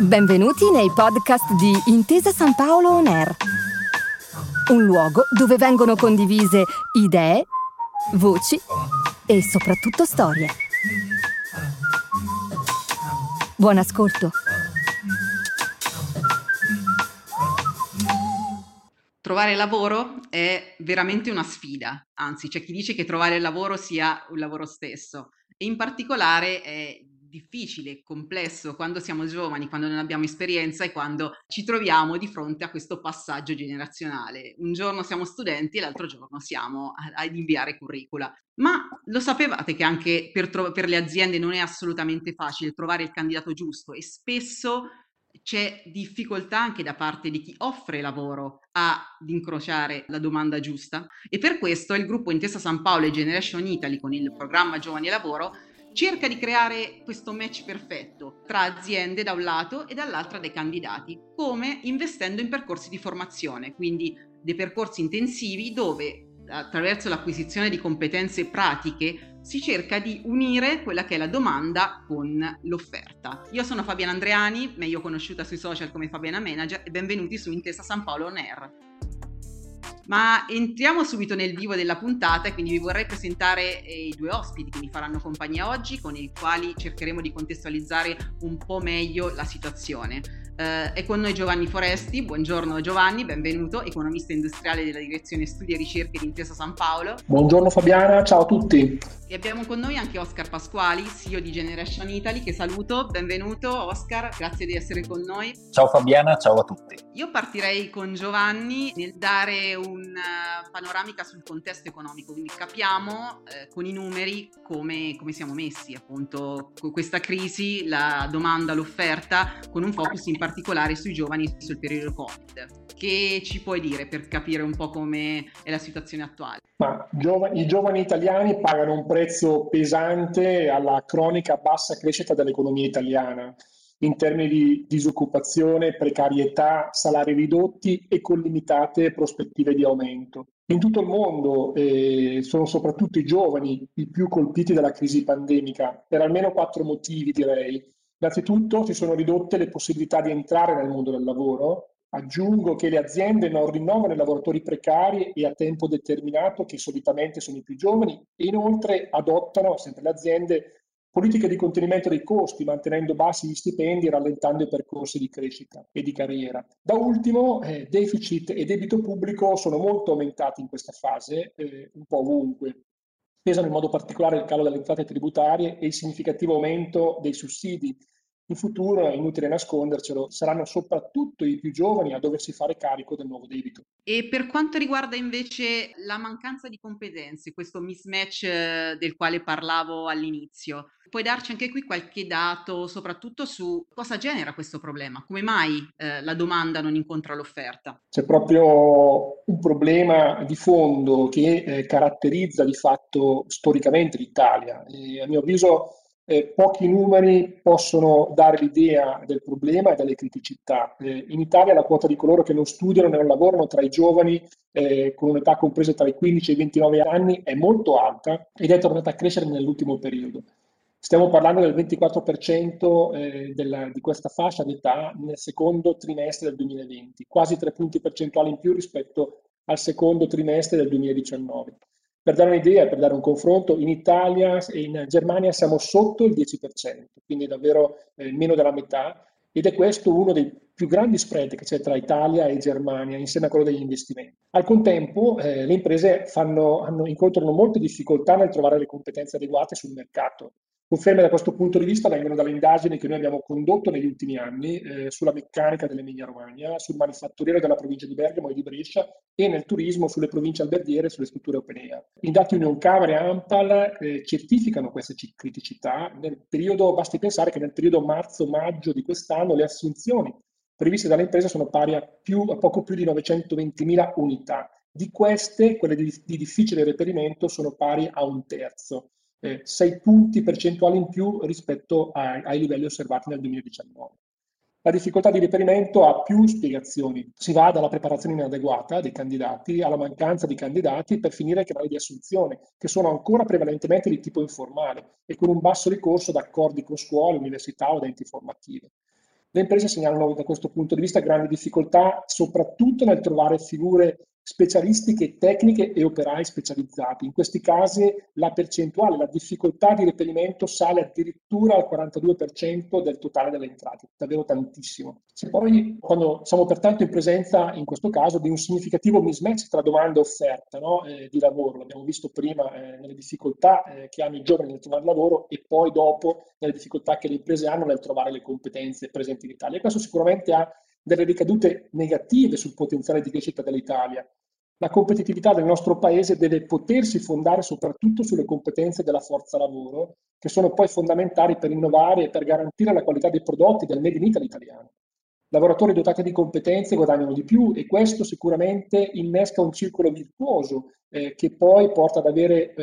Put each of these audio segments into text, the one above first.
Benvenuti nei podcast di Intesa San Paolo On Air, un luogo dove vengono condivise idee, voci e soprattutto storie. Buon ascolto. Trovare lavoro è veramente una sfida, anzi c'è chi dice che trovare il lavoro sia un lavoro stesso e in particolare è difficile, complesso quando siamo giovani, quando non abbiamo esperienza e quando ci troviamo di fronte a questo passaggio generazionale. Un giorno siamo studenti e l'altro giorno siamo ad inviare curricula. Ma lo sapevate che anche per le aziende non è assolutamente facile trovare il candidato giusto e spesso c'è difficoltà anche da parte di chi offre lavoro ad incrociare la domanda giusta e per questo il gruppo Intesa San Paolo e Generation Italy con il programma Giovani e Lavoro cerca di creare questo match perfetto tra aziende da un lato e dall'altra dei candidati, come investendo in percorsi di formazione, quindi dei percorsi intensivi dove attraverso l'acquisizione di competenze pratiche si cerca di unire quella che è la domanda con l'offerta. Io sono Fabiana Andreani, meglio conosciuta sui social come Fabiana Manager, e benvenuti su Intesa San Paolo On Air. Ma entriamo subito nel vivo della puntata e quindi vi vorrei presentare i due ospiti che mi faranno compagnia oggi, con i quali cercheremo di contestualizzare un po' meglio la situazione. È con noi Giovanni Foresti. Buongiorno Giovanni, benvenuto, economista industriale della direzione studi e ricerche di Intesa San Paolo. Buongiorno Fabiana, ciao a tutti. E abbiamo con noi anche Oscar Pasquali, CEO di Generation Italy, che saluto. Benvenuto Oscar, grazie di essere con noi. Ciao Fabiana, ciao a tutti. Io partirei con Giovanni nel dare una panoramica sul contesto economico, quindi capiamo con i numeri come siamo messi appunto con questa crisi, la domanda, l'offerta, con un focus in particolare sui giovani sul periodo Covid. Che ci puoi dire per capire un po' come è la situazione attuale? I giovani italiani pagano un prezzo pesante alla cronica bassa crescita dell'economia italiana in termini di disoccupazione, precarietà, salari ridotti e con limitate prospettive di aumento. In tutto il mondo sono soprattutto i giovani i più colpiti dalla crisi pandemica per almeno 4 motivi, direi. Innanzitutto si sono ridotte le possibilità di entrare nel mondo del lavoro. Aggiungo che le aziende non rinnovano i lavoratori precari e a tempo determinato, che solitamente sono i più giovani, e inoltre adottano, sempre le aziende, politiche di contenimento dei costi, mantenendo bassi gli stipendi e rallentando i percorsi di crescita e di carriera. Da ultimo, deficit e debito pubblico sono molto aumentati in questa fase, un po' ovunque. Pesano in modo particolare il calo delle entrate tributarie e il significativo aumento dei sussidi. In futuro, è inutile nascondercelo, saranno soprattutto i più giovani a doversi fare carico del nuovo debito. E per quanto riguarda invece la mancanza di competenze, questo mismatch del quale parlavo all'inizio, puoi darci anche qui qualche dato, soprattutto su cosa genera questo problema? Come mai la domanda non incontra l'offerta? C'è proprio un problema di fondo che caratterizza di fatto storicamente l'Italia. E, a mio avviso, pochi numeri possono dare l'idea del problema e delle criticità. In Italia la quota di coloro che non studiano né non lavorano tra i giovani con un'età compresa tra i 15 e i 29 anni è molto alta ed è tornata a crescere nell'ultimo periodo. Stiamo parlando del 24% di questa fascia d'età nel secondo trimestre del 2020, quasi 3 punti percentuali in più rispetto al secondo trimestre del 2019. Per dare un'idea, per dare un confronto, in Italia e in Germania siamo sotto il 10%, quindi davvero meno della metà, ed è questo uno dei più grandi spread che c'è tra Italia e Germania, insieme a quello degli investimenti. Al contempo, le imprese incontrano molte difficoltà nel trovare le competenze adeguate sul mercato. Conferme da questo punto di vista vengono dalle indagini che noi abbiamo condotto negli ultimi anni sulla meccanica dell'Emilia-Romagna, sul manifatturiero della provincia di Bergamo e di Brescia e nel turismo sulle province alberghiere e sulle strutture open air. I dati Unioncover e ANPAL certificano queste criticità. Basti pensare che nel periodo marzo-maggio di quest'anno le assunzioni previste dalle imprese sono pari a poco più di 920.000 unità. Di queste, quelle di difficile reperimento sono pari a un terzo. 6 punti percentuali in più rispetto ai livelli osservati nel 2019. La difficoltà di reperimento ha più spiegazioni. Si va dalla preparazione inadeguata dei candidati alla mancanza di candidati per finire ai canali di assunzione, che sono ancora prevalentemente di tipo informale e con un basso ricorso ad accordi con scuole, università o enti formativi. Le imprese segnalano da questo punto di vista grandi difficoltà, soprattutto nel trovare figure specialistiche, tecniche e operai specializzati. In questi casi la percentuale, la difficoltà di reperimento sale addirittura al 42% del totale delle entrate, davvero tantissimo. Se poi, quando siamo pertanto in presenza, in questo caso, di un significativo mismatch tra domanda e offerta, no? Di lavoro, l'abbiamo visto prima nelle difficoltà che hanno i giovani nel trovare lavoro e poi dopo nelle difficoltà che le imprese hanno nel trovare le competenze presenti in Italia. E questo sicuramente ha delle ricadute negative sul potenziale di crescita dell'Italia. La competitività del nostro paese deve potersi fondare soprattutto sulle competenze della forza lavoro, che sono poi fondamentali per innovare e per garantire la qualità dei prodotti del Made in Italy italiano. Lavoratori dotati di competenze guadagnano di più e questo sicuramente innesca un circolo virtuoso che poi porta ad avere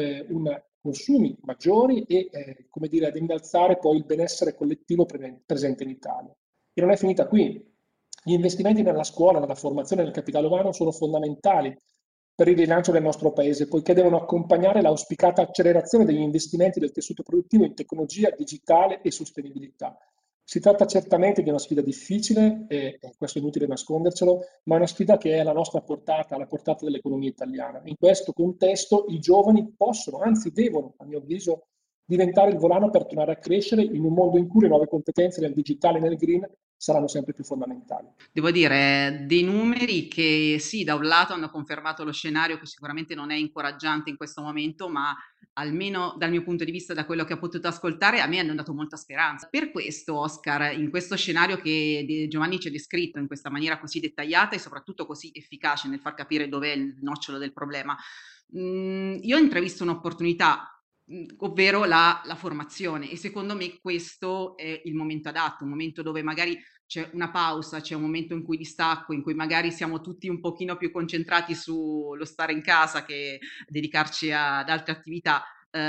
consumi maggiori e come dire, ad innalzare poi il benessere collettivo presente in Italia. E non è finita qui. Gli investimenti nella scuola, nella formazione del capitale umano sono fondamentali per il rilancio del nostro paese, poiché devono accompagnare l'auspicata accelerazione degli investimenti del tessuto produttivo in tecnologia digitale e sostenibilità. Si tratta certamente di una sfida difficile, e questo è inutile nascondercelo, ma è una sfida che è alla nostra portata, alla portata dell'economia italiana. In questo contesto i giovani possono, anzi devono, a mio avviso, diventare il volano per tornare a crescere in un mondo in cui le nuove competenze nel digitale e nel green saranno sempre più fondamentali. Devo dire, dei numeri che sì, da un lato hanno confermato lo scenario che sicuramente non è incoraggiante in questo momento, ma almeno dal mio punto di vista, da quello che ho potuto ascoltare, a me hanno dato molta speranza. Per questo, Oscar, in questo scenario che Giovanni ci ha descritto in questa maniera così dettagliata e soprattutto così efficace nel far capire dov'è il nocciolo del problema, io ho intravisto un'opportunità, ovvero la formazione, e secondo me questo è il momento adatto, un momento dove magari c'è una pausa, c'è un momento in cui distacco, in cui magari siamo tutti un pochino più concentrati sullo stare in casa che dedicarci ad altre attività.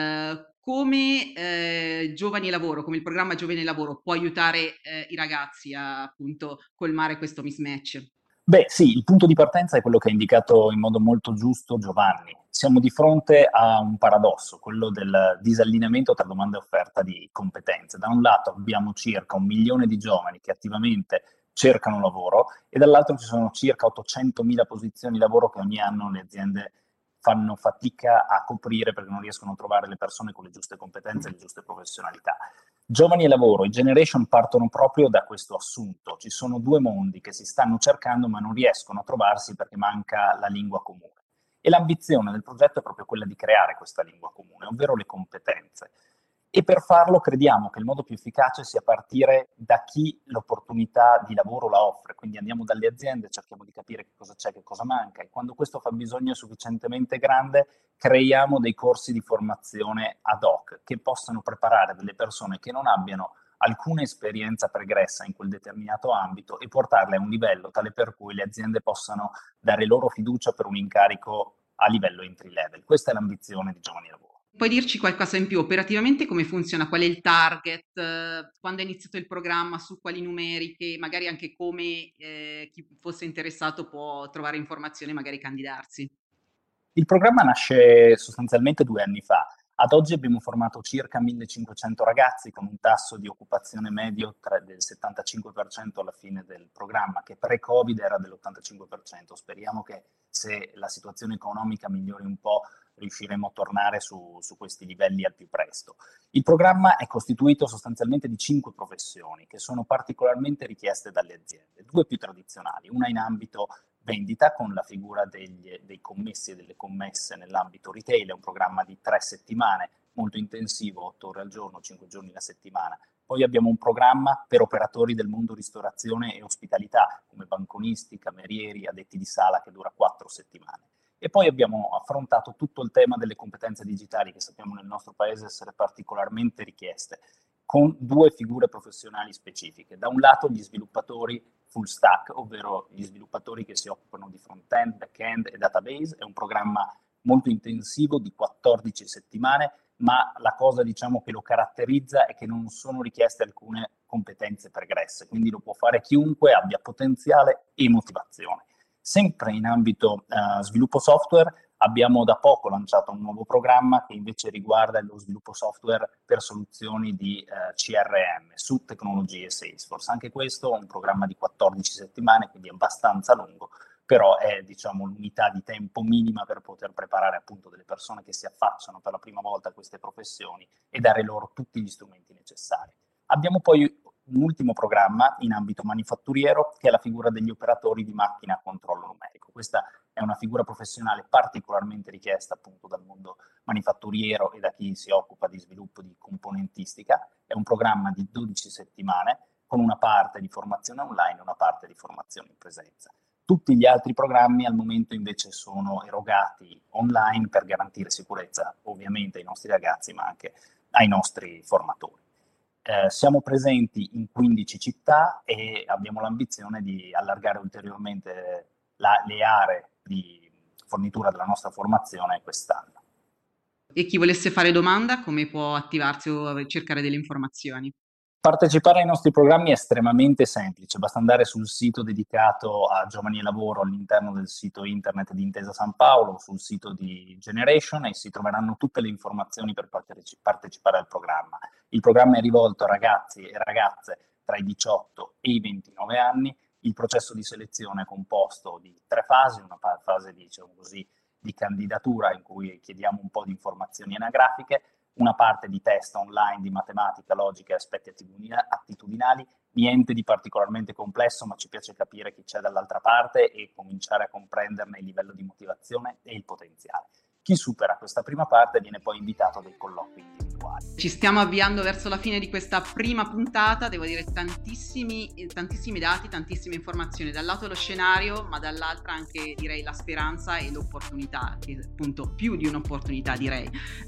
Come Giovani e Lavoro, come il programma Giovani e Lavoro può aiutare i ragazzi a appunto colmare questo mismatch? Beh, sì, il punto di partenza è quello che ha indicato in modo molto giusto Giovanni. Siamo di fronte a un paradosso, quello del disallineamento tra domanda e offerta di competenze. Da un lato abbiamo circa 1 milione di giovani che attivamente cercano lavoro e dall'altro ci sono circa 800.000 posizioni di lavoro che ogni anno le aziende fanno fatica a coprire perché non riescono a trovare le persone con le giuste competenze e le giuste professionalità. Giovani e lavoro, i generation partono proprio da questo assunto. Ci sono due mondi che si stanno cercando ma non riescono a trovarsi perché manca la lingua comune. E l'ambizione del progetto è proprio quella di creare questa lingua comune, ovvero le competenze. E per farlo crediamo che il modo più efficace sia partire da chi l'opportunità di lavoro la offre, quindi andiamo dalle aziende, cerchiamo di capire che cosa c'è, che cosa manca e quando questo fabbisogno è sufficientemente grande creiamo dei corsi di formazione ad hoc che possano preparare delle persone che non abbiano alcuna esperienza pregressa in quel determinato ambito e portarle a un livello tale per cui le aziende possano dare loro fiducia per un incarico a livello entry level. Questa è l'ambizione di Giovani Lavoro. Puoi dirci qualcosa in più? Operativamente come funziona? Qual è il target? Quando è iniziato il programma? Su quali numeriche? Magari anche come chi fosse interessato può trovare informazioni e magari candidarsi. Il programma nasce sostanzialmente 2 anni fa. Ad oggi abbiamo formato circa 1.500 ragazzi con un tasso di occupazione medio del 75% alla fine del programma, che pre-Covid era dell'85%. Speriamo che se la situazione economica migliori un po' riusciremo a tornare su questi livelli al più presto. Il programma è costituito sostanzialmente di 5 professioni che sono particolarmente richieste dalle aziende, 2 più tradizionali, una in ambito vendita con la figura dei commessi e delle commesse nell'ambito retail, è un programma di 3 settimane, molto intensivo, 8 ore al giorno, 5 giorni la settimana. Poi abbiamo un programma per operatori del mondo ristorazione e ospitalità, come banconisti, camerieri, addetti di sala, che dura 4 settimane. E poi abbiamo affrontato tutto il tema delle competenze digitali che sappiamo nel nostro paese essere particolarmente richieste, con 2 figure professionali specifiche. Da un lato gli sviluppatori full stack, ovvero gli sviluppatori che si occupano di front-end, back-end e database. È un programma molto intensivo di 14 settimane, ma la cosa diciamo che lo caratterizza è che non sono richieste alcune competenze pregresse, quindi lo può fare chiunque abbia potenziale e motivazione. Sempre in ambito sviluppo software Abbiamo da poco lanciato un nuovo programma che invece riguarda lo sviluppo software per soluzioni di CRM su tecnologie Salesforce. Anche questo è un programma di 14 settimane, quindi abbastanza lungo, però è, diciamo, l'unità di tempo minima per poter preparare appunto delle persone che si affacciano per la prima volta a queste professioni e dare loro tutti gli strumenti necessari. Abbiamo poi un ultimo programma in ambito manifatturiero, che è la figura degli operatori di macchina a controllo numerico. Questa è una figura professionale particolarmente richiesta appunto dal mondo manifatturiero e da chi si occupa di sviluppo di componentistica. È un programma di 12 settimane con una parte di formazione online e una parte di formazione in presenza. Tutti gli altri programmi al momento invece sono erogati online per garantire sicurezza ovviamente ai nostri ragazzi ma anche ai nostri formatori. Siamo presenti in 15 città e abbiamo l'ambizione di allargare ulteriormente le aree di fornitura della nostra formazione quest'anno. E chi volesse fare domanda, come può attivarsi o cercare delle informazioni? Partecipare ai nostri programmi è estremamente semplice, basta andare sul sito dedicato a Giovani e Lavoro all'interno del sito internet di Intesa San Paolo, sul sito di Generation, e si troveranno tutte le informazioni per partecipare al programma. Il programma è rivolto a ragazzi e ragazze tra i 18 e i 29 anni. Il processo di selezione è composto di 3 fasi, una fase diciamo così, di candidatura in cui chiediamo un po' di informazioni anagrafiche, una parte di test online di matematica, logica e aspetti attitudinali, niente di particolarmente complesso, ma ci piace capire chi c'è dall'altra parte e cominciare a comprenderne il livello di motivazione e il potenziale. Chi supera questa prima parte viene poi invitato a dei colloqui individuali. Ci stiamo avviando verso la fine di questa prima puntata, devo dire tantissimi dati, tantissime informazioni, dal lato lo scenario, ma dall'altra anche direi la speranza e l'opportunità, che appunto più di un'opportunità direi.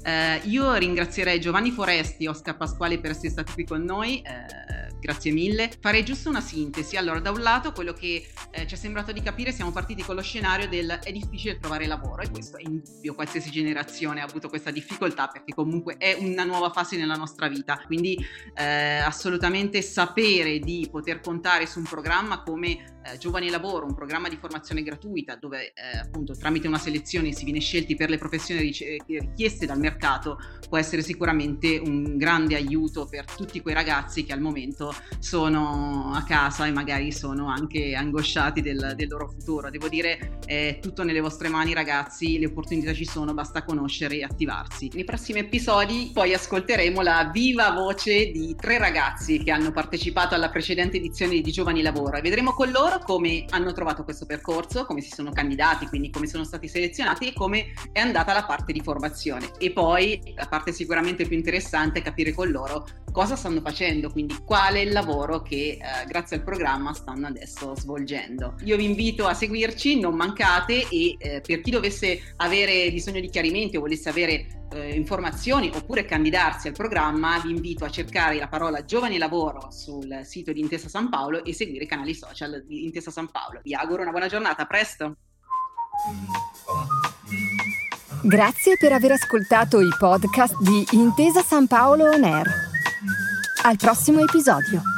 Io ringrazierei Giovanni Foresti e Oscar Pasquali per essere stati qui con noi, grazie mille. Farei giusto una sintesi. Allora, da un lato quello che ci è sembrato di capire, siamo partiti con lo scenario del è difficile trovare lavoro, e questo è indubbio, qualsiasi generazione ha avuto questa difficoltà perché comunque è una nuova fase nella nostra vita, quindi assolutamente sapere di poter contare su un programma come Giovani e Lavoro, un programma di formazione gratuita dove appunto tramite una selezione si viene scelti per le professioni richieste dal mercato, può essere sicuramente un grande aiuto per tutti quei ragazzi che al momento sono a casa e magari sono anche angosciati del loro futuro. Devo dire, è tutto nelle vostre mani ragazzi, le opportunità ci sono, basta conoscere e attivarsi. Nei prossimi episodi poi ascolteremo la viva voce di 3 ragazzi che hanno partecipato alla precedente edizione di Giovani Lavoro e vedremo con loro come hanno trovato questo percorso, come si sono candidati, quindi come sono stati selezionati e come è andata la parte di formazione. E poi la parte sicuramente più interessante è capire con loro cosa stanno facendo, quindi qual è il lavoro che grazie al programma stanno adesso svolgendo. Io vi invito a seguirci, non mancate, e per chi dovesse avere bisogno di chiarimenti o volesse avere informazioni oppure candidarsi al programma, vi invito a cercare la parola Giovani e Lavoro sul sito di Intesa San Paolo e seguire i canali social di Intesa San Paolo. Vi auguro una buona giornata, a presto! Grazie per aver ascoltato i podcast di Intesa San Paolo On Air. Al prossimo episodio.